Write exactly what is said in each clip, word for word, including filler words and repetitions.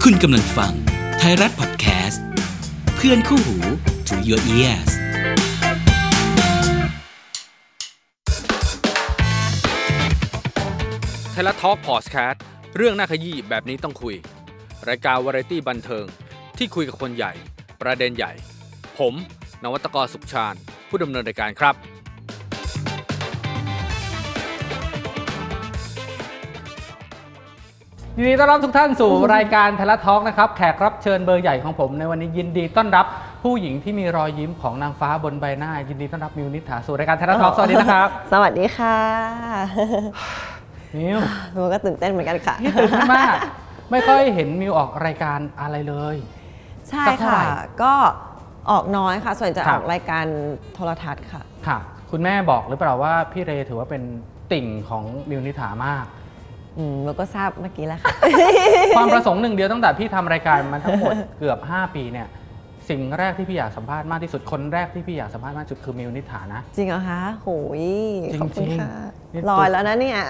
คุณกำลังฟังไทยรัฐพอดแคสต์เพื่อนคู่หู to your ears ไทยรัฐทอล์คพอดแคสต์เรื่องน่าขยี้แบบนี้ต้องคุยรายการวาไรตี้บันเทิงที่คุยกับคนใหญ่ประเด็นใหญ่ผมนวัตกรสุขชาญผู้ดำเนินรายการครับยินดีต้อนรับทุกท่านสู่รายการไทยรัฐทอล์คนะครับแขกรับเชิญเบอร์ใหญ่ของผมในวันนี้ยินดีต้อนรับผู้หญิงที่มีรอยยิ้มของนางฟ้าบนใบหน้ายินดีต้อนรับมิวนิษฐาสู่รายการไทยรัฐทอล์คสวัสดีนะครับสวัสดีค่ะมิวมิวก็ตื่นเต้นเหมือนกันค่ะนี่ตื่นเต้นมากไม่ค่อยเห็นมิวออกรายการอะไรเลยใช่ค่ะก็ออกน้อยค่ะส่วนจะออกรายการโทรทัศน์ค่ะค่ะคุณแม่บอกหรือเปล่าว่าพี่เรถือว่าเป็นติ่งของมิวนิษฐามากอืมเราก็ทราบเมื่อกี้แล้วค่ะความประสงค์หนึ่งเดียวตั้งแต่พี่ทำรายการมาทั้งหมดเกือบห้าปีเนี่ยสิ่งแรกที่พี่อยากสัมภาษณ์มากที่สุดคนแรกที่พี่อยากสัมภาษณ์มากที่สุดคือมิวนิษฐานะจริงเหรอคะโหยขอบคุณค่ะลอยแล้วนะเนี่ย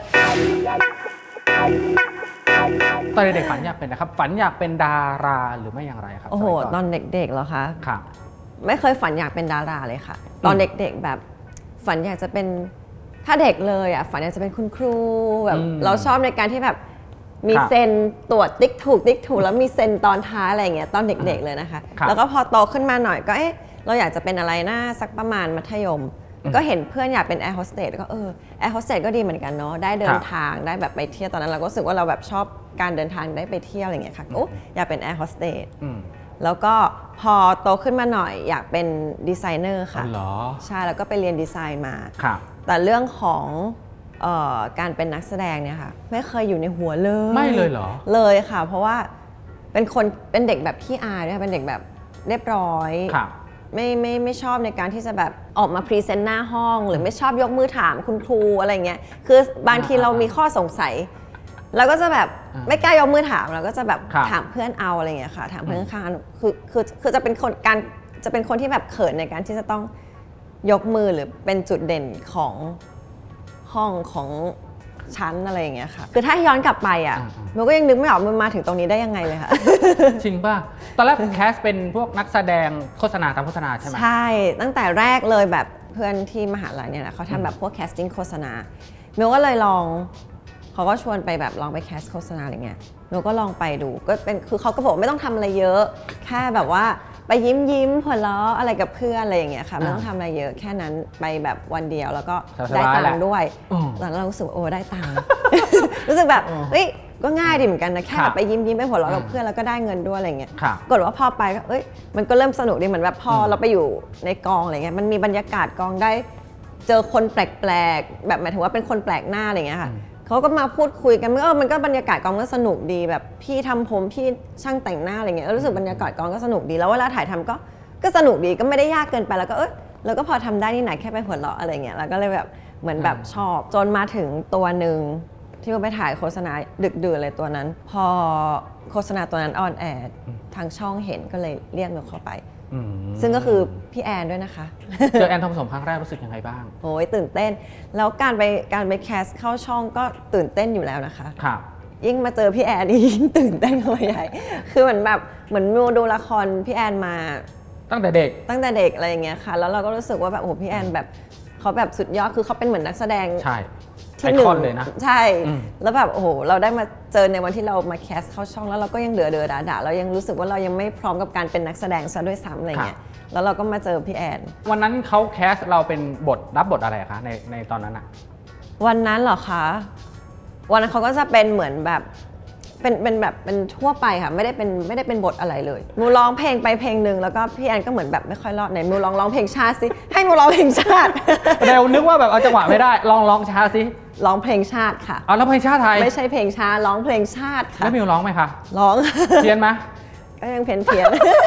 ตอนเด็กๆฝันอยากเป็นนะครับฝันอยากเป็นดาราหรือไม่อย่างไรครับโอ้โหตอนเด็กๆเหรอคะค่ะไม่เคยฝันอยากเป็นดาราเลยค่ะตอนเด็กๆแบบฝันอยากจะเป็นถ้าเด็กเลยอ่ะฝันอยากจะเป็นคุณครูแบบเราชอบในการที่แบบมีเซ็นตรวจติ๊กถูกติ๊กถูกแล้วมีเซ็นตอนท้ายอะไรอย่างเงี้ยตอนเด็กๆเลยนะคะแล้วก็พอโตขึ้นมาหน่อยก็เอ๊ะเราอยากจะเป็นอะไรน่าสักประมาณมัธยมก็เห็นเพื่อนอยากเป็นแอร์โฮสเตสก็เออแอร์โฮสเตสก็ดีเหมือนกันเนาะได้เดินทางได้แบบไปเที่ยวตอนนั้นเราก็รู้สึกว่าเราแบบชอบการเดินทางได้ไปเที่ยวอะไรอย่างเงี้ยค่ะโอ้อยากเป็นแอร์โฮสเตสแล้วก็พอโตขึ้นมาหน่อยอยากเป็นดีไซเนอร์ค่ะใช่แล้วก็ไปเรียนดีไซน์มาแต่เรื่องของเอ่อการเป็นนักแสดงเนี่ยค่ะไม่เคยอยู่ในหัวเลยไม่เลยเหรอเลยค่ะเพราะว่าเป็นคนเป็นเด็กแบบขี้อายด้วยเป็นเด็กแบบเรียบร้อยไม่ไม่ไม่ชอบในการที่จะแบบออกมาพรีเซนต์หน้าห้องหรือไม่ชอบยกมือถามคุณครูอะไรเงี้ยคือบางทีเรามีข้อสงสัยเราก็จะแบบไม่กล้ายกมือถามเราก็จะแบบถามเพื่อนเอาอะไรเงี้ยค่ะถามเพื่อนข้างๆคือคือคือจะเป็นคนการจะเป็นคนที่แบบเขินในการที่จะต้องยกมือหรือเป็นจุดเด่นของห้องของชั้นอะไรอย่างเงี้ยค่ะคือถ้าย้อนกลับไปอ่ะมันก็ยังนึกไม่ออกมันมาถึงตรงนี้ได้ยังไงเลยค่ะจริงป่ะตอนแรกแคสเป็นพวกนักแสดงโฆษณาตามโฆษณาใช่ไหมใช่ตั้งแต่แรกเลยแบบเพื่อนที่มหาลัยเนี่ยนะเขาทำแบบพวกแคสติ้งโฆษณาเมลก็เลยลองเขาก็ชวนไปแบบลองไปแคสโฆษณาอะไรเงี้ยเมลก็ลองไปดูก็เป็นคือเขาก็บอกไม่ต้องทำอะไรเยอะแค่แบบว่าไปยิ้มยิ้มหัวเราะอะไรกับเพื่อนอะไรอย่างเงี้ยค่ะไม่ต้องทำอะไรเยอะแค่นั้นไปแบบวันเดียวแล้วก็ได้ตังค์ด้วยแล้วเรารู้สึกโอ้ได้ตังค์รู้สึกแบบเฮ้ยก็ง่ายดีเหมือนกันนะแค่ไปยิ้มยิ้มไปหัวเราะกับเพื่อนแล้วก็ได้เงินด้วยอะไรเงี้ยกดว่าพอไปก็เอ้ยมันก็เริ่มสนุกดีเหมือนแบบพอเราไปอยู่ในกองอะไรเงี้ยมันมีบรรยากาศกองได้เจอคนแปลกๆแบบหมายถึงว่าเป็นคนแปลกหน้าอะไรเงี้ยค่ะเขาก็มาพูดคุยกันมันก็มันก็บรรยากาศกองก็สนุกดีแบบพี่ทำผมพี่ช่างแต่งหน้าอะไรเงี้ยรู้สึกบรรยากาศกองก็สนุกดีแล้วเวลาถ่ายทำก็ก็สนุกดีก็ไม่ได้ยากเกินไปแล้วก็เออแล้วก็พอทำได้นี่ไหนแค่ไปหัวเราะอะไรเงี้ยแล้วก็เลยแบบเหมือนแบบชอบจนมาถึงตัวหนึ่งที่เราไปถ่ายโฆษณาดึกดื่นเลยตัวนั้นพอโฆษณาตัวนั้นออนแอร์ทางช่องเห็นก็เลยเรียกหนูเข้าไปซึ่งก็คือพี่แอนด้วยนะคะเจอแอนทองผสมครั้งแรกรู้สึกยังไงบ้างโอ้ยตื่นเต้นแล้วการไปการไปแคสเข้าช่องก็ตื่นเต้นอยู่แล้วนะคะครับยิ่งมาเจอพี่แอนยิ่งตื่นเต้นเข้าไปใหญ่คือเหมือนแบบเหมือนมิวดูละครพี่แอนมาตั้งแต่เด็กตั้งแต่เด็กอะไรอย่างเงี้ยค่ะแล้วเราก็รู้สึกว่าแบบโอ้โหพี่แอนแบบเขาแบบสุดยอดคือเขาเป็นเหมือนนักแสดงใช่ที่หนึ่งเลยนะใช่แล้วแบบโอ้โหเราได้มาเจอในวันที่เรามาแคสเข้าช่องแล้วเราก็ยังเดือดเดือดด่าเรายังรู้สึกว่าเรายังไม่พร้อมกับการเป็นนักแสดงซะด้วยซ้ำอะไรเงี้ยแล้วเราก็มาเจอพี่แอนวันนั้นเขาแคสเราเป็นบทรับบทอะไรคะในในตอนนั้นอะวันนั้นเหรอคะวันนั้นเขาก็จะเป็นเหมือนแบบเป็นเป็นแบบเป็นทั่วไปค่ะไม่ได้เป็นไม่ได้เป็นบทอะไรเลยมูร้องเพลงไปเพลงหนึ่งแล้วก็พี่แอนก็เหมือนแบบไม่ค่อยรอดไหนมูร้องร้องเพลงชาติสิให้มูร้องเพลงชาติเร็วนึกว่าแบบเอาจังหวะไม่ได้ลองร้องชาสิร้องเพลงชาติค่ะเอาแล้วเพลงชาติไทยไม่ใช่เพลงชาร้องเพลงชาติค่ะแล้วมิวร้องไหมคะร้องเพี้ยนไหมก็ยังเพี้ยนเพี้ยน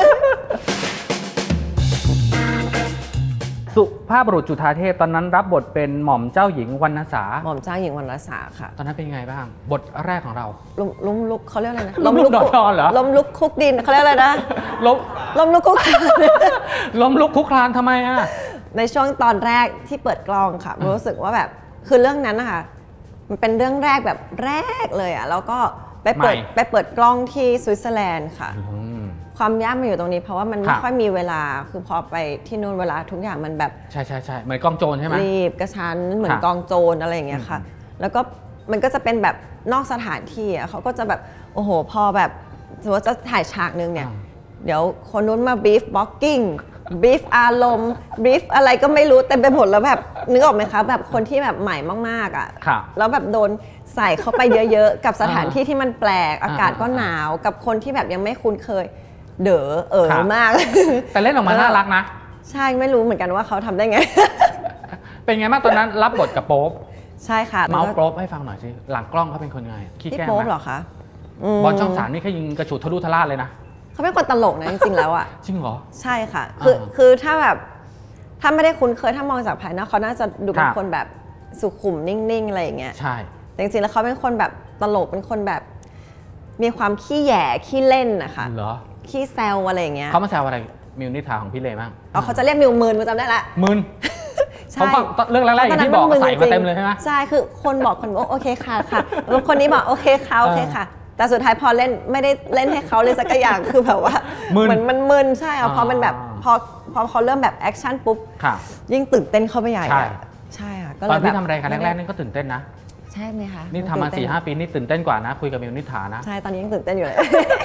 สุภาพบุรุษจุฑาเทพตอนนั้นรับบทเป็นหม่อมเจ้าหญิงวรรณสาหม่อมเจ้าหญิงวรรณสาค่ะตอนนั้นเป็นไงบ้างบทแรกของเราล้มล้มลุกเขาเรียกอะไรนะล้มลุกดอนเหรอล้มลุกคุกดินเขาเรียกอะไรนะล้มล้มลุกคุกล้มลุกคุกคลานทำไมอ่ะในช่วงตอนแรกที่เปิดกล้องค่ะรู้สึกว่าแบบคือเรื่องนั้นนะคะมันเป็นเรื่องแรกแบบแรกเลยอ่ะแล้วก็ไปเปิดไปเปิดกล้องที่สวิตเซอร์แลนด์ค่ะความยากมันอยู่ตรงนี้เพราะว่ามันไม่ค่อยมีเวลาคือพอไปที่นู่นเวลาทุกอย่างมันแบบใช่ใช่ใช่เหมือนกองโจรใช่ไหมรีบกระชั้นเหมือนกองโจรอะไรอย่างเงี้ยค่ะแล้วก็มันก็จะเป็นแบบนอกสถานที่อ่ะเขาก็จะแบบโอ้โหพอแบบสมมติจะถ่ายฉากนึงเนี่ยเดี๋ยวคนนู้นมาบีฟบ็อกกิ้งบีฟอารมณ์บีฟอะไรก็ไม่รู้เต็มไปหมดแล้วแบบนึกออกไหมคะแบบคนที่แบบใหม่มากๆอ่ะแล้วแบบโดนใส่เข้าไปเยอะๆกับสถานที่ที่มันแปลกอากาศก็หนาวกับคนที่แบบยังไม่คุ้นเคยเด๋อเอ๋อมากแต่เล่นออกมาน่ารักนะใช่ไม่รู้เหมือนกันว่าเขาทำได้ไงเป็นไงบ้างตอนนั้นรับบทกับโป๊ปใช่ค่ะเมาส์โป๊ปให้ฟังหน่อยสิหลังกล้องเขาเป็นคนไงขี้แกล้งไหมโป๊ปเหรอคะบอลช่องสามนี่เขายิงกระฉูดทะลุทะลาเลยนะเขาเป็นคนตลกนะจริงๆแล้วอ่ะจริงเหรอใช่ค่ะคือคือถ้าแบบถ้าไม่ได้คุ้นเคยถ้ามองจากภายนอกเขาน่าจะดูเป็นคนแบบสุขุมนิ่งๆอะไรอย่างเงี้ยใช่แต่จริงๆแล้วเขาเป็นคนแบบตลกเป็นคนแบบมีความขี้แหย่ขี้เล่นนะคะเหรอขี้แซวอะไรอย่างเงี้ยเขามาแซวอะไรมิวนิษฐาของพี่เลบ้างอ๋อเขาจะเรียกมิวมืนมาจำได้ละมืนใช่เรื่องแรกๆอย่างที่บอกใส่มาเต็มเลยใช่ไหมใช่คือคนบอกคนบอกโอเคค่ะค่ะคนนี้บอกโอเคค่ะโอเคค่ะแต่สุดท้ายพอเล่นไม่ได้เล่นให้เขาเลยสักอย่างคือแบบว่าเหมือนมันมึนใช่เอาพอมันแบบพอพอเขาเริ่มแบบแอคชั่นปุ๊บยิ่งตื่นเต้นเข้าไปใหญ่ใช่ค่ะตอนที่ทำอะไรครั้งแรกๆนี่ก็ตื่นเต้นนะใช่ไหมคะนี่ทำมาสี่ห้าปีนี่ตื่นเต้นกว่านะคุยกับมิวนิษฐานะใช่ตอนนี้ยังตื่นเต้นอยู่เลย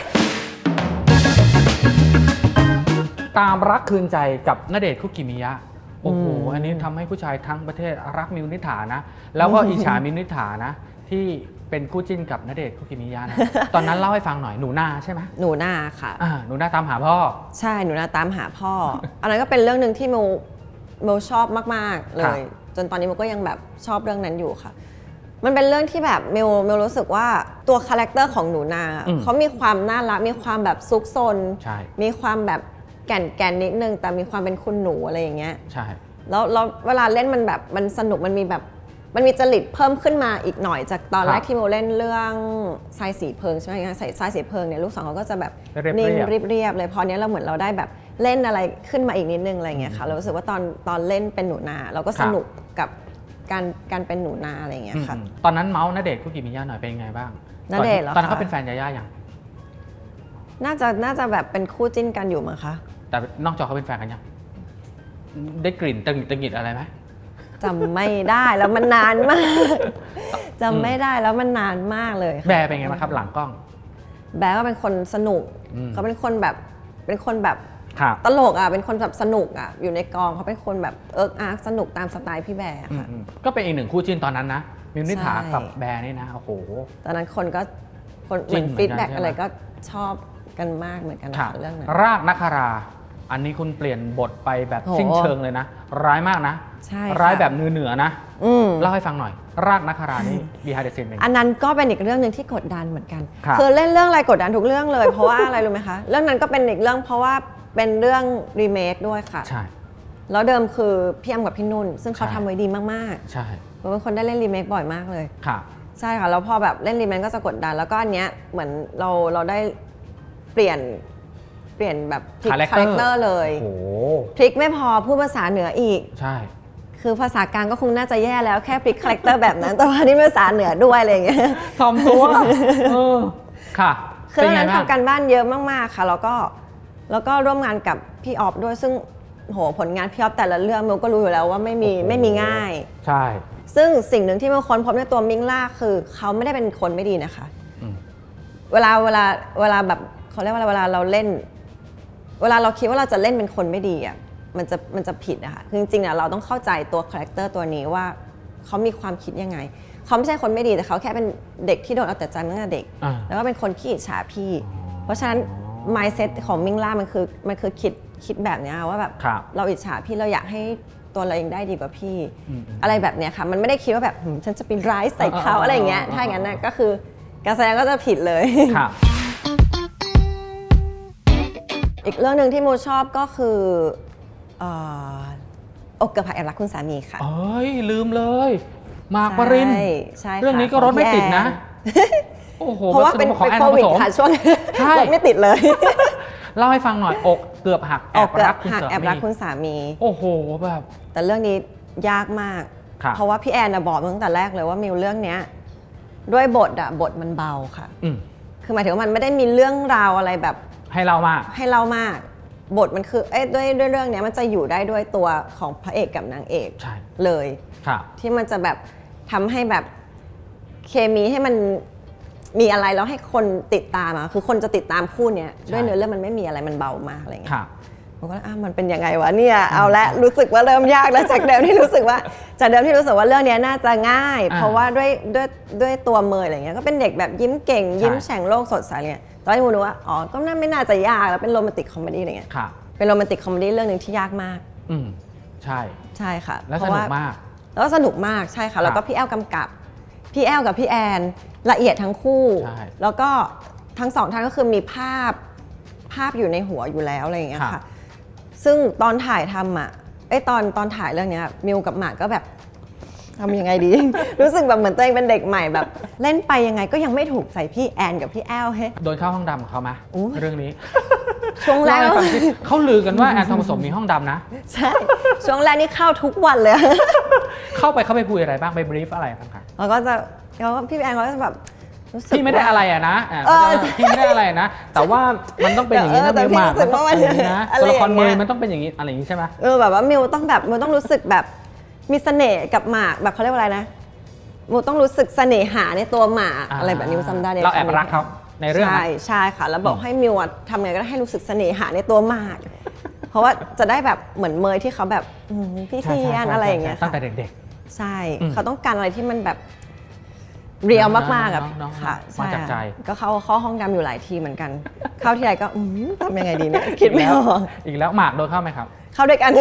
ตามรักคืนใจกับณเดชน์คุกิมิยะโอ้โหอันนี้ทำให้ผู้ชายทั้งประเทศรักมิวนิษฐานะแล้วก็อิจฉามิวนิษฐานะที่เป็นคู่จิ้นกับณเดชน์คุกิมิยะนะตอนนั้นเล่าให้ฟังหน่อยหนูนาใช่ไหมหนูนาค่ะหนูนาตามหาพ่อใช่หนูนาตามหาพ่ออันนั้นก็เป็นเรื่องหนึ่งที่มิวมิวชอบมากๆเลยจนตอนนี้มิวก็ยังแบบชอบเรื่องนั้นอยู่ค่ะมันเป็นเรื่องที่แบบมิวมิวรู้สึกว่าตัวคาแรคเตอร์ของหนูนาเขามีความน่ารักมีความแบบซุกซนมีความแบบแก่นแก่นนิดนึงแต่มีความเป็นคุณหนูอะไรอย่างเงี้ยใช่แล้วแล้วเวลาเล่นมันแบบมันสนุกมันมีแบบมันมีจริตเพิ่มขึ้นมาอีกหน่อยจากตอนแรกที่โมเล่นเรื่องทรายสีเพิงใช่ไหมคะใส่ทรายสีเพิงเนี่ยลูกสองเขาก็จะแบบนิ่งเรียบๆเลยพอเนี้ยเราเหมือนเราได้แบบเล่นอะไรขึ้นมาอีกนิดนึงอะไรเงี้ยค่ะเรารู้สึกว่าตอนตอนเล่นเป็นหนูนาเราก็สนุกกับการการเป็นหนูนาอะไรเงี้ยค่ะตอนนั้นเมาส์ณเดชน์คุกิมิยะหน่อยเป็นยังไงบ้างณเดชน์เหรอตอนนั้นเขาเป็นแฟนยาย่าอย่างน่าจะน่าจะแบบเป็นคู่จิ้นกันอยู่มั้งคะแต่นอกจอเขาเป็นแฟนกันยังได้กลิ่นตะหงิดตะหงิดอะไรไหมจำไม่ได้แล้วมันนานมากจำไม่ได้แล้วมันนานมากเลยแบร์เป็นไงบ้างครับหลังกล้องแบร์ก็เป็นคนสนุกเขาเป็นคนแบบเป็นคนแบบตลกอ่ะเป็นคนแบบสนุกอ่ะอยู่ในกองเขาเป็นคนแบบเอิร์กอาร์สนุกตามสไตล์พี่แบร์ค่ะก็เป็นอีกหนึ่งคู่จิ้นตอนนั้นนะมิวนิษฐากับแบร์นี่นะโอ้โหตอนนั้นคนก็คนเหมือนฟีดแบ็กอะไรก็ชอบกันมากเหมือนกันเรื่องนั้นรากนักคาราอันนี้คุณเปลี่ยนบทไปแบบสิ้นเชิงเลยนะร้ายมากนะร้ายแบบเหนือๆนะเล่าให้ฟังหน่อยรากนักคารานี่ behind the scene เป็นอันนั้นก็เป็นอีกเรื่องหนึ่งที่กดดันเหมือนกันคือเล่นเรื่องอะไรกดดันทุกเรื่องเลยเพราะว่าอะไรรู้ไหมคะเรื่องนั้นก็เป็นอีกเรื่องเพราะว่าเป็นเรื่องรีเมคด้วยค่ะใช่แล้วเดิมคือพี่อ้ำกับพี่นุ่นซึ่งเขาทำไว้ดีมากๆใช่เราเป็นคนได้เล่นรีเมคบ่อยมากเลยค่ะใช่ค่ะแล้วพอแบบเล่นรีเมคก็จะกดดันแล้วก็อันเนี้ยเหมือนเราเราได้เปลี่ยนเปลี่ยนแบบพลิกคาแรคเตอร์เลยพลิกไม่พอพูดภาษาเหนืออีกใช่คือภาษากลางก็คงน่าจะแย่แล้วแค่พลิกคาแรคเตอร์แบบนั้นแต่ว่านี่ภาษาเหนือด้วยอะไรอย่างเงี้ยทอมตัวเออค่ะคือเราทำการบ้านเยอะมากๆค่ะแล้วก็แล้วก็ร่วมงานกับพี่ออฟด้วยซึ่งโหผลงานพี่ออฟแต่ละเรื่องมิวก็รู้อยู่แล้วว่าไม่มีไม่มีง่ายใช่ซึ่งสิ่งหนึ่งที่มิวค้นพบในตัวมิงล่าคือเขาไม่ได้เป็นคนไม่ดีนะคะเวลาเวลาเวลาแบบเขาเรียกว่าเวลาเราเล่นเวลาเราคิดว่าเราจะเล่นเป็นคนไม่ดีอ่ะมันจะมันจะผิดอะค่ะคือจริงๆอะเราต้องเข้าใจตัวคาแรคเตอร์ตัวนี้ว่าเขามีความคิดยังไงเขาไม่ใช่คนไม่ดีแต่เขาแค่เป็นเด็กที่โดนเอาแต่ใจตั้งแต่เด็กแล้วก็เป็นคนขี้อิจฉาพี่เพราะฉะนั้น mindset ของมิงล่ามันคือมันคือคิดคิดแบบนี้ว่าแบบเราอิจฉาพี่เราอยากให้ตัวเราเองได้ดีกว่าพี่อะไรแบบเนี้ยค่ะมันไม่ได้คิดว่าแบบฉันจะเป็นร้ายใส่เขาอะไรอย่างเงี้ยถ้าอย่างนั้นก็คือการแสดงก็จะผิดเลยอีกเรื่องหนึ่งที่โมชอบก็คืออกเกือบหักแอบรักคุณสามีค่ะเอ้ยลืมเลยมากปรินใช่เรื่องนี้ก็รถไม่ติดนะโอ้โหเพราะว่าเป็นโควิดค่ะช่วงรถไม่ติดเลยเล่าให้ฟังหน่อยอกเกือบหักแอบรักคุณสามีแอบรักคุณสามีโอ้โหแบบแต่เรื่องนี้ยากมากเพราะว่าพี่แอนบอกตั้งแต่แรกเลยว่ามิวเรื่องเนี้ยด้วยบทอะบทมันเบาค่ะคือหมายถึงว่ามันไม่ได้มีเรื่องราวอะไรแบบให้เรามากให้เรามากบทมันคือเอ้ด้วยด้วยเรื่องนี้มันจะอยู่ได้ด้วยตัวของพระเอกกับนางเอกเลยที่มันจะแบบทำให้แบบเคมีให้มันมีอะไรแล้วให้คนติดตามอะคือคนจะติดตามคู่เนี้ยด้วยเนื้อเรื่องมันไม่มีอะไรมันเบามากอะไรเงี้ยผมก็อ้าวมันเป็นยังไงวะเนี่ยเอาละรู้สึกว่าเริ่มยากแล้วจากเดิมที่รู้สึกว่าจากเดิมที่รู้สึกว่าเรื่องนี้น่าจะง่ายเพราะว่าด้วยด้วยด้วยตัวเมยอะไรเงี้ยก็เป็นเด็กแบบยิ้มเก่งยิ้มแฉ่งโลกสดใสเนี่ยตอนที่มูรู้ว่าอ๋อก็น่าไม่น่าจะยากแล้วเป็นโรแมนติกคอมเมดี้อะไรเงี้ยเป็นโรแมนติกคอมเมดี้เรื่องนึงที่ยากมากอืมใช่ใช่ค่ะแล้วสนุกมากแล้วสนุกมากใช่ค่ะแล้วก็พี่แอลกำกับพี่แอลกับพี่แอนละเอียดทั้งคู่แล้วก็ทั้งสองท่านก็คือมีภาพภาพอยู่ในหัวอยู่แล้วอะไรอย่างเงี้ยค่ะซึ่งตอนถ่ายทำอ่ะไอ้ตอนตอนถ่ายเรื่องนี้มิวกับหมากก็แบบทำยังไงดี รู้สึกแบบเหมือนตัวเองเป็นเด็กใหม่แบบเล่นไปยังไงก็ยังไม่ถูกใจพี่แอนกับพี่แอลเฮ้โดนเข้าห้องดำเขาไหมเรื่องนี้ช่วงแรกเขาลือกันว่าแอนทองผสมมีห้องดำนะใช่ช่วงแรกนี่เข้าทุกวันเลยเข้าไปเขาไปคุยอะไรบ้างไปบรีฟอะไรบ้างคะแล้วก็จะแล้วพี่แอนเขาจะแบบพี่ไม่ได้อะไรอะนะพี่ไม่ได้อะไรนะแต่ว่ามันต้องเป็นอย่างนี้นะมิวมากมันต้องเป็นอย่างนี้นะตัวละครเมย์มันต้องเป็นอย่างนี้อะไรอย่างนี้ใช่ไหมเออแบบว่ามิวต้องแบบมิวต้องรู้สึกแบบมีเสน่ห์กับหมากแบบเขาเรียกว่าอะไรนะมิวต้องรู้สึกเสน่หาในตัวหมากอะไรแบบนี้มิวจำได้เราแอบรักเขาในเรื่องใช่ใช่ค่ะแล้วบอกให้มิวทำไงก็ได้ให้รู้สึกเสน่หาในตัวหมากเพราะว่าจะได้แบบเหมือนเมย์ที่เขาแบบพี่เทียนอะไรอย่างเงี้ยตั้งแต่เด็กๆใช่เขาต้องการอะไรที่มันแบบเรียวมากๆกับค่ะมาจากใจก็เข้าเข้าห้องดำอยู่หลายทีเหมือนกันเข้าที่ไรก็ทำยังไงดีเนี่ยคิดไม่ออกอีกแล้วหมากโดนเข้าไหมครับเข้าด้วยกัน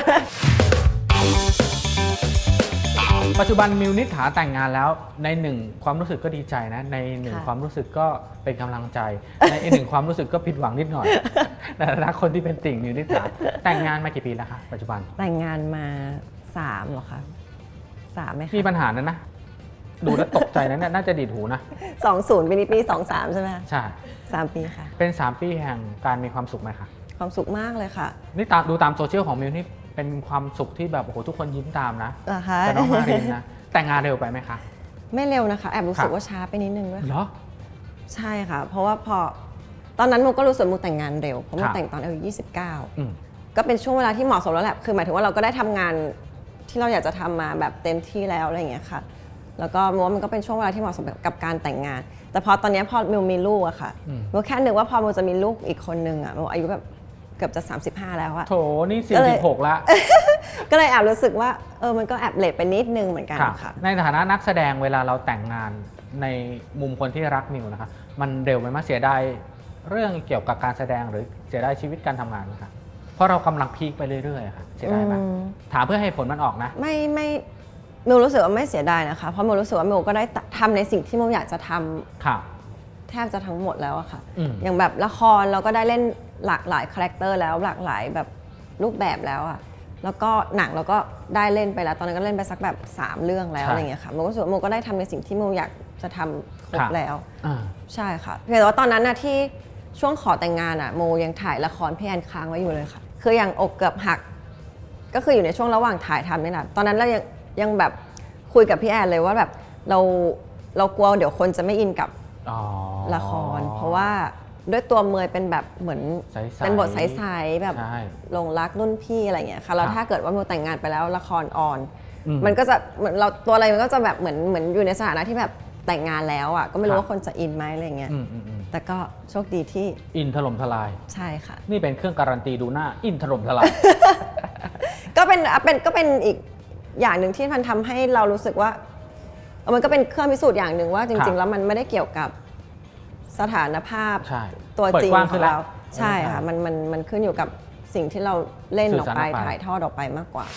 ปัจจุบันมิวนิษฐาแต่งงานแล้วในหนึ่งความรู้สึกก็ดีใจนะในหนึ่งความรู้สึกก็เป็นกำลังใจในอีกหนึ่งความรู้สึกก็ผิดหวังนิดหน่อยในฐานะคนที่เป็นติ่งมิวนิษฐาแต่งงานมากี่ปีแล้วคะปัจจุบันแต่งงานมาสามหรอคะสามไหมมีปัญหานั้นนะดูแล้วตกใจนะเนี่ยน่าจะดีดหูนะสองศูนย์ปีนี้ปีสองสามใช่ไหมใช่สามปีค่ะเป็นสามปีแห่งการมีความสุขไหมคะความสุขมากเลยค่ะนี่ตามดูตามโซเชียลของมิวนี่เป็นความสุขที่แบบโอ้โหทุกคนยิ้มตามนะแต่น้องมารินนะแต่งงานเร็วไปไหมคะไม่เร็วนะคะแอบรู้สึกว่าช้าไปนิดนึงด้วยเหรอใช่ค่ะเพราะว่าพอตอนนั้นมูก็รู้สึกมูแต่งงานเร็วเพราะมูแต่งตอนอายุยี่สิบเก้าก็เป็นช่วงเวลาที่เหมาะสมแล้วแหละคือหมายถึงว่าเราก็ได้ทำงานที่เราอยากจะทำมาแบบเต็มที่แล้วอะไรอย่างเงี้ยค่ะแล้วก็มิวว่ามันก็เป็นช่วงเวลาที่เหมาะสมกับการแต่งงานแต่พอตอนนี้พอมิวมีลูกอะค่ะมิวแค่นึกว่าพอมิวจะมีลูกอีกคนนึงอะมิวอายุแบบเกือบจะสามสิบห้าแล้วอะโถนี่สี่สิบหกละก็เลยแอบรู้สึกว่าเออมันก็แอบเลทไปนิดนึงเหมือนกันค่ะในฐานะนักแสดงเวลาเราแต่งงานในมุมคนที่รักมิวนะคะมันเร็วไหมมาเสียดายเรื่องเกี่ยวกับการแสดงหรือเสียดายชีวิตการทำงานนะคะเพราะเรากำลังพีคไปเรื่อยๆค่ะเสียดายไหมถามเพื่อให้ผลมันออกนะไม่ไม่มิวรู้สึกว่าไม่เสียดายนะคะเพราะมิวรู้สึกว่ามิวก็ได้ทำในสิ่งที่มิวอยากจะทำแทบจะทั้งหมดแล้วอะค่ะอย่างแบบละครเราก็ได้เล่นหลากหลายคาแรคเตอร์แล้วหลากหลายแบบรูปแบบแล้วอะแล้วก็หนังเราก็ได้เล่นไปแล้วตอนนั้นก็เล่นไปสักแบบสามเรื่องแล้วอะไรเงี้ยค่ะมิวก็รู้สึกว่ามิวก็ได้ทำในสิ่งที่มิวอยากจะทำครบแล้วใช่ค่ะเพียงแต่ว่าตอนนั้นนะที่ช่วงขอแต่งงานอะมิวยังถ่ายละครพี่แอนค้างไว้อยู่เลยค่ะคืออย่างอกเกือบหักก็คืออยู่ในช่วงระหว่างถ่ายทำนี่แหละตอนนั้นเรายังยังแบบคุยกับพี่แอนเลยว่าแบบเราเรากลัวเดี๋ยวคนจะไม่อินกับละครเพราะว่าด้วยตัวเมยเป็นแบบเหมือนเป็นบทใสๆแบบหลงรักรุ่นพี่อะไรเงี้ยค่ะแล้วถ้าเกิดว่ามิวแต่งงานไปแล้วละครออนมันก็จะเหมือนเราตัวอะไรมันก็จะแบบเหมือนเหมือนอยู่ในสถานะที่แบบแต่งงานแล้วอ่ะก็ไม่รู้ว่าคนจะอินไหมอะไรเงี้ยแต่ก็โชคดีที่อินถล่มทลายใช่ค่ะนี่เป็นเครื่องการันตีดูหน้าอินถล่มทลายก็เป็นเป็นก็เป็นอีกอย่างหนึ่งที่มันทำให้เรารู้สึกว่ามันก็เป็นเครื่องพิสูจน์อย่างหนึ่งว่าจริงๆแล้วมันไม่ได้เกี่ยวกับสถานภาพตัวจริงของเราใช่ค่ะมันมันมันขึ้นอยู่กับสิ่งที่เราเล่นออกไปถ่ายทอดออกไปมากกว่า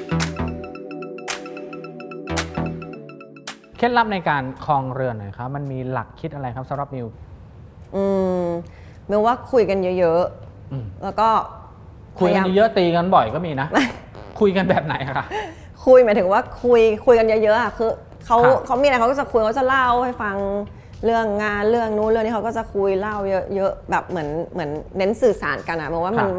เคล็ดลับในการครองเรือนหน่อยครับมันมีหลักคิดอะไรครับสำหรับมิวอืมมิวว่าคุยกันเยอะๆแล้วก็คุยกันเยอะตีกันบ่อยก็มีนะคุยกันแบบไหนคะคุยหมายถึงว่าคุยคุยกันเยอะๆอ่ะคือเขาเขามีอะไรเขาก็จะคุยเขาจะเล่าให้ฟังเรื่องงานเรื่องนู้นเรื่องนี้เขาก็จะคุยเล่าเยอะๆแบบเหมือนเหมือนเน้นสื่อสารกันอ่ะมองว่ามันมัน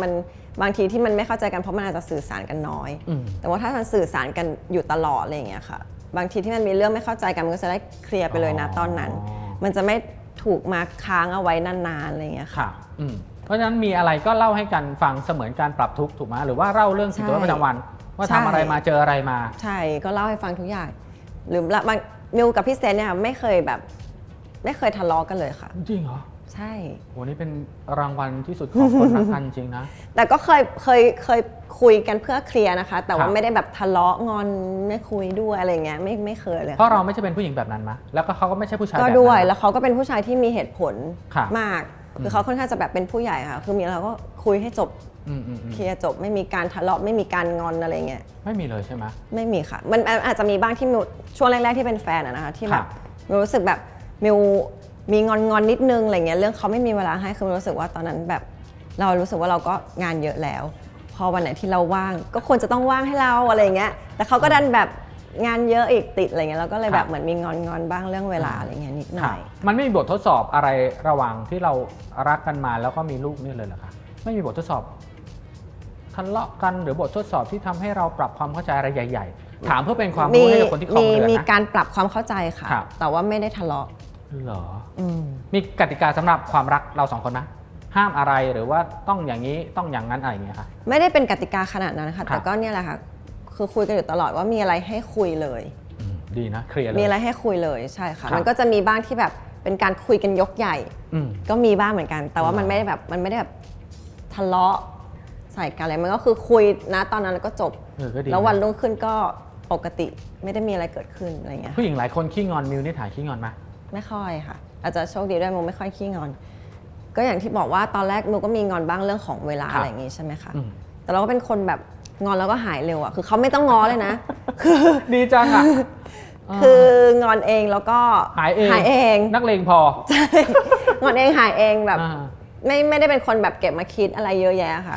บางทีที่มันไม่เข้าใจกันเพราะมันอาจจะสื่อสารกันน้อย แต่ว่าถ้ามันสื่อสารกันอยู่ตลอดอะไรอย่างเงี้ยค่ะบางทีที่มันมีเรื่องไม่เข้าใจกันมันก็จะได้เคลียร์ไปเลยนะตอนนั้น มันจะไม่ถูกมาค้างเอาไว้นานๆอะไรอย่างเงี้ยค่ะเพราะฉะนั้นมีอะไรก็เล่าให้กันฟังเสมือนการปรับทุกข์ถูกไหมหรือว่าเล่าเรื่องกิจวัตรประจำวันว่าทำอะไรมาเจออะไรมาใช่ก็เล่าให้ฟังทุกอย่างหรือบางมิวกับพี่เซนเนี่ยไม่เคยแบบไม่เคยทะเลาะกันเลยค่ะจริงเหรอใช่โหนี่เป็นรางวัลที่สุดของคนรักกันจริงนะแต่ก็เคยเคยเคยคุยกันเพื่อเคลียร์นะคะแต่ว่าไม่ได้แบบทะเลาะงอนไม่คุยด้วยอะไรเงี้ยไม่ไม่เคยเลยเพราะเราไม่ใช่เป็นผู้หญิงแบบนั้นมะแล้วก็เขาก็ไม่ใช่ผู้ชายแบบนั้นก็ด้วยแล้วเขาก็เป็นผู้ชายที่มีเหตุผลมากคือเขาค่อนข้างจะแบบเป็นผู้ใหญ่ค่ะคือมีเราก็คุยให้จบเคลียร์จบไม่มีการทะเลาะไม่มีการงอนอะไรเงี้ยไม่มีเลยใช่ไหมไม่มีค่ะมันอาจจะมีบ้างที่ช่วงแรกๆที่เป็นแฟนอะนะคะที่แบบมิวรู้สึกแบบมิวมีงอนงอนนิดนึงอะไรเงี้ยเรื่องเขาไม่มีเวลาให้คือรู้สึกว่าตอนนั้นแบบเรารู้สึกว่าเราก็งานเยอะแล้วพอวันไหนที่เราว่างก็ควรจะต้องว่างให้เราอะไรเงี้ยแต่เขาก็ดันแบบงานเยอะอีกติดอะไรเงี้ยเราก็เลยแบบเหมือนมีงอนงอนบ้างเรื่องเวลาอะไรเงี้ยนิดหน่อยมันไม่มีบททดสอบอะไรระหว่างที่เรารักกันมาแล้วก็มีลูกนี่เลยเหรอคะไม่มีบททดสอบทะเลาะกันหรือบททดสอบที่ทำให้เราปรับความเข้าใจอะไรใหญ่ๆถามเพื่อเป็นความรู้ให้กับคนที่ครองเรือนนะมีการปรับความเข้าใจค่ะแต่ว่าไม่ได้ทะเลาะเหรอมีกติกาสำหรับความรักเราสองคนไหมห้ามอะไรหรือว่าต้องอย่างนี้ต้องอย่างนั้นอะไรอย่างเงี้ยค่ะไม่ได้เป็นกติกาขนาดนั้นค่ะแต่ก็เนี่ยแหละค่ะคือคุยกันอยู่ตลอดว่ามีอะไรให้คุยเลยดีนะเคลียร์เลยมีอะไรให้คุยเลยใช่ค่ะมันก็จะมีบ้างที่แบบเป็นการคุยกันยกใหญ่ก็มีบ้างเหมือนกันแต่ว่ามันไม่ได้แบบมันไม่ได้แบบทะเลาะใส่กันอะไรมันก็คือคุยนะตอนนั้นแล้วก็จบแล้ววันรุ่งขึ้นก็ปกติไม่ได้มีอะไรเกิดขึ้นอะไรเงี้ยผู้หญิงหลายคนขี้งอนมิวนี่ถ่ายขี้งอนไหมไม่ค่อยค่ะอาจจะโชคดีด้วยมิวไม่ค่อยขี้งอนก็อย่างที่บอกว่าตอนแรกมิวก็มีงอนบ้างเรื่องของเวลาอะไรอย่างงี้ใช่ไหมคะแต่เราก็เป็นคนแบบงอนแล้วก็หายเร็วอ่ะคือเขาไม่ต้องง้อเลยนะคือดีจังอ่ะคืองอนเองแล้วก็หายเองหายเองนักเลงพอใช่งอนเองหายเองแบบไม่ไม่ได้เป็นคนแบบเก็บมาคิดอะไรเยอะแยะค่ะ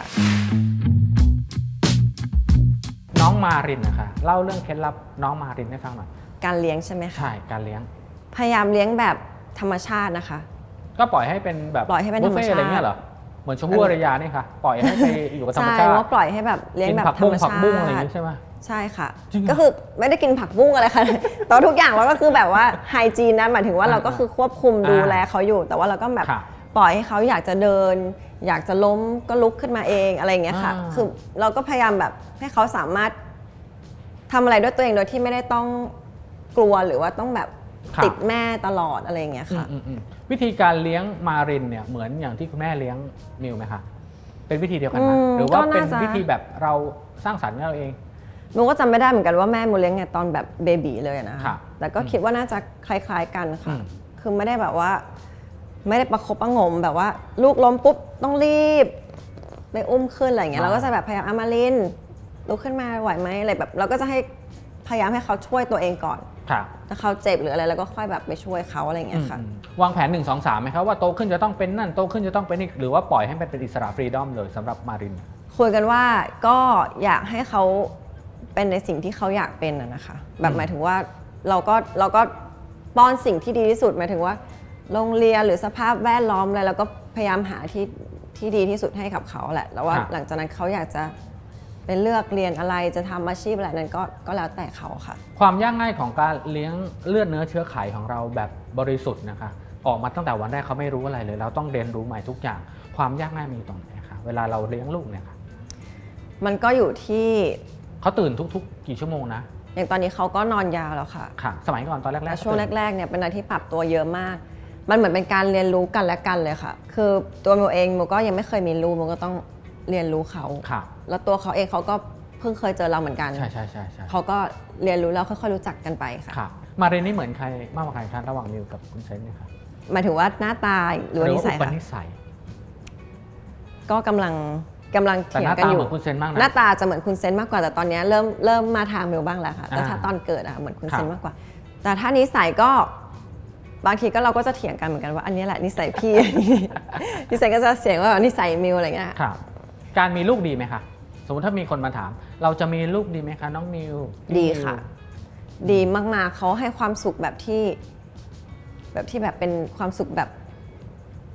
น้องมารินนะคะเล่าเรื่องเคล็ดลับน้องมารินให้ฟังหน่อยการเลี้ยงใช่ไหมคะใช่การเลี้ยงพยายามเลี้ยงแบบธรรมชาตินะคะก็ปล่อยให้เป็นแบบปล่อยให้เป็นธรรมชาติอะไรเงี้ยเหรอเหมือนชมพู่อารยานี่ค่ะปล่อยให้ไปอยู่กับธรรมชาติใช่ว่าปล่อยให้แบบเลี้ยงแบบธรรมชาติผักบุ้งอะไรอย่างนี้ใช่ไหมใช่ค่ะก็คือไม่ได้กินผักบุ้งอะไรค่ะแต่ทุกอย่างเราก็คือแบบว่าไฮจีนนะหมายถึงว่าเราก็คือควบคุมดูแลเขาอยู่แต่ว่าเราก็แบบปล่อยให้เขาอยากจะเดินอยากจะล้มก็ลุกขึ้นมาเองอะไรอย่างเงี้ยค่ะคือเราก็พยายามแบบให้เขาสามารถทำอะไรด้วยตัวเองโดยที่ไม่ได้ต้องกลัวหรือว่าต้องแบบติดแม่ตลอดอะไรอย่างเงี้ยค่ะวิธีการเลี้ยงมารินเนี่ยเหมือนอย่างที่คุณแม่เลี้ยงมิวไหมคะเป็นวิธีเดียวกันไหมหรือว่าเป็นวิธีแบบเราสร้างสรรค์เราเองมิวก็จำไม่ได้เหมือนกันว่าแม่มิวเลี้ยงไงตอนแบบเบบีเลยนะคะแต่ก็คิดว่าน่าจะคล้ายๆกันค่ะคือไม่ได้แบบว่าไม่ได้ประคบประงมแบบว่าลูกล้มปุ๊บต้องรีบไปอุ้มขึ้นอะไรอย่างเงี้ยเราก็จะแบบพยายามอามารินลุกขึ้นมาไหวไหมอะไรแบบเราก็จะให้พยายามให้เขาช่วยตัวเองก่อนถ้าเขาเจ็บหรืออะไรเราก็ค่อยแบบไปช่วยเขาอะไรอย่างเงี้ยค่ะวางแผนหนึ่ง สอง สามไหมครับว่าโตขึ้นจะต้องเป็นนั่นโตขึ้นจะต้องเป็นนี่หรือว่าปล่อยให้มันเป็นอิสระฟรีดอมเลยสำหรับมารินคุยกันว่าก็อยากให้เขาเป็นในสิ่งที่เขาอยากเป็นนะคะแบบหมายถึงว่าเราก็เราก็ป้อนสิ่งที่ดีที่สุดหมายถึงว่าโรงเรียนหรือสภาพแวดล้อมอะไรเราก็พยายามหาที่ที่ดีที่สุดให้กับเขาแหละแล้วว่าหลังจากนั้นเขาอยากจะเป็นเลือกเรียนอะไรจะทำอาชีพอะไรนั้นก็ก็แล้วแต่เขาค่ะความยากง่ายของการเลี้ยงเลือดเนื้อเชื้อไขของเราแบบบริสุทธิ์นะคะออกมาตั้งแต่วันแรกเขาไม่รู้อะไรเลยเราต้องเรียนรู้ใหม่ทุกอย่างความยากง่ายมีตรงไหนคะเวลาเราเลี้ยงลูกเนี่ยค่ะมันก็อยู่ที่เขาตื่นทุกๆกี่ชั่วโมงนะอย่างตอนนี้เขาก็นอนยาวแล้วค่ะค่ะสมัยก่อนตอนแรกๆช่วงแรกๆเนี่ยเป็นอะไรที่ปรับตัวเยอะมากมันเหมือนเป็นการเรียนรู้กันและกันเลยค่ะคือตัวมิวเองมิวก็ยังไม่เคยมีลูกมิวก็ต้องเรียนรู้เขาแล้วตัวเขาเองเขาก็เพิ่งเคยเจอเราเหมือนกันใช่ใช่ใช่เขาก็เรียนรู้แล้วค่อยๆรู้จักกันไปค่ะมาเรียนนี่เหมือนใครมากกว่าใครครับระหว่างมิวกับคุณเซนเนี่ยค่ะหมายถึงว่าหน้าตาหรือว่านิสัยค่ะนิสัยก็กำลังกำลังเถียงกันอยู่หน้าตาจะเหมือนคุณเซนมากกว่าแต่ตอนนี้เริ่มเริ่มมาทางมิวบ้างแล้วค่ะแต่ถ้าตอนเกิดอะเหมือนคุณเซนมากกว่าแต่ถ้านิสัยก็บางทีก็เราก็จะเถียงกันเหมือนกันว่าอันนี้แหละนิสัยพี่นิสัยก็จะเสียงว่านิสัยมิวอะไรเงี้ยครับการมีลูกดีไหมคะสมมติถ้ามีคนมาถามเราจะมีลูกดีไหมคะน้องมิวดีค่ะดีมากๆเขาให้ความสุขแบบที่แบบที่แบบเป็นความสุขแบบ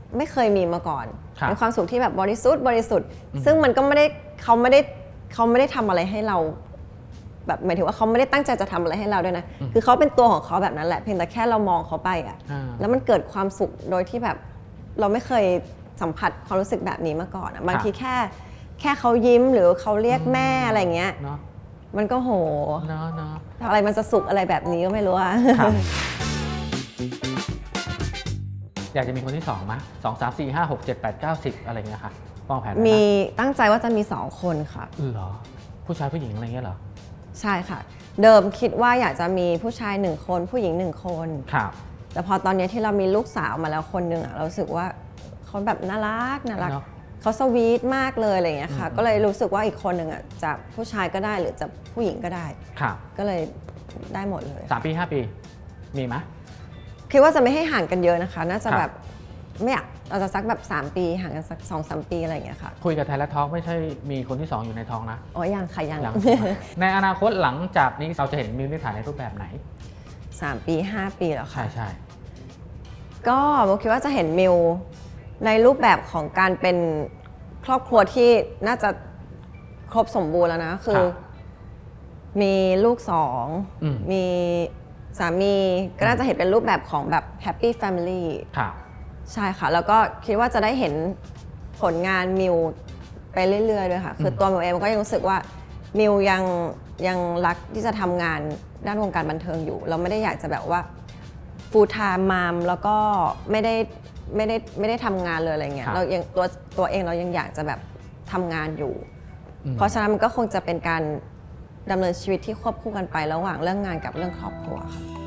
ไม่เคยมีมาก่อนครับเป็นความสุขที่แบบบริสุทธิ์บริสุทธิ์ ซึ่งมันก็ไม่ได้เขาไม่ได้เขาไม่ได้ทำอะไรให้เราแบบหมายถึงว่าเขาไม่ได้ตั้งใจจะทำอะไรให้เราด้วยนะคือเขาเป็นตัวของเขาแบบนั้นแหละเพียงแต่แค่เรามองเขาไปอ่ะอ่าแล้วมันเกิดความสุขโดยที่แบบเราไม่เคยสัมผัสความรู้สึกแบบนี้มาก่อนอะบางทีแค่แค่เขายิ้มหรือเขาเรียกแม่อะไรเงี้ยเนาะมันก็โหเนาะเนาะอะไรมันจะสุขอะไรแบบนี้ก็ไม่รู้อะครับ อยากจะมีคนที่สองไหมสองสามสี่ห้าหกเจ็ดแปดเก้าสิบอะไรเงี้ยค่ะวางแผนไว้ไหมีตั้งใจว่าจะมีสองคนค่ะเหรอผู้ชายผู้หญิงอะไรเงี้ยเหรอใช่ค่ะ เดิมคิดว่าอยากจะมีผู้ชายหนึ่งคนผู้หญิงหนึ่งคนครับแต่พอตอนนี้ที่เรามีลูกสาวมาแล้วคนหนึ่งอะเรารู้สึกว่าเขาแบบน่ารักน่ารักเนอะเขาสวีทมากเลยอะไรอย่างเงี้ยค่ะอืมก็เลยรู้สึกว่าอีกคนหนึ่งอะจะผู้ชายก็ได้หรือจะผู้หญิงก็ได้ครับก็เลยได้หมดเลยสามปีห้าปี มีไหมคิดว่าจะไม่ให้ห่างกันเยอะนะคะ น่าจะครับแบบไม่อยากเราจะสักแบบสามปีห่างกันสักสองสามปีอะไรอย่างเงี้ยค่ะคุยกับไทยรัฐทอล์กไม่ใช่มีคนที่สองอยู่ในท้องนะอ๋อยังค่ะยังหลัง ในอนาคตหลังจากนี้เราจะเห็นมิวนิษฐาในรูปแบบไหนสามปีห้าปีแล้วค่ะใช่ใช่ก็โมคิดว่าจะเห็นมิวในรูปแบบของการเป็นครอบครัวที่น่าจะครบสมบูรณ์แล้วนะ คือ มีลูกสองอืมมีสามีก็น่าจะเห็นเป็นรูปแบบของแบบ Happy Family ครับใช่ค่ะ แล้วก็คิดว่าจะได้เห็นผลงานมิวไปเรื่อยๆด้วยค่ะ คือตัวมิวเองก็ยังรู้สึกว่ามิวยังยังรักที่จะทำงานด้านวงการบันเทิงอยู่ เราไม่ได้อยากจะแบบว่า full time mom แล้วก็ไม่ได้ไม่ได้ไม่ได้ทำงานเลยอะไรเงี้ครัยบเรายังตัวตัวเองเรายังอยากจะแบบทำงานอยู่อืมเพราะฉะนั้นมันก็คงจะเป็นการดำเนินชีวิตที่ควบคู่กันไประหว่างเรื่องงานกับเรื่องครอบครัวค่ะ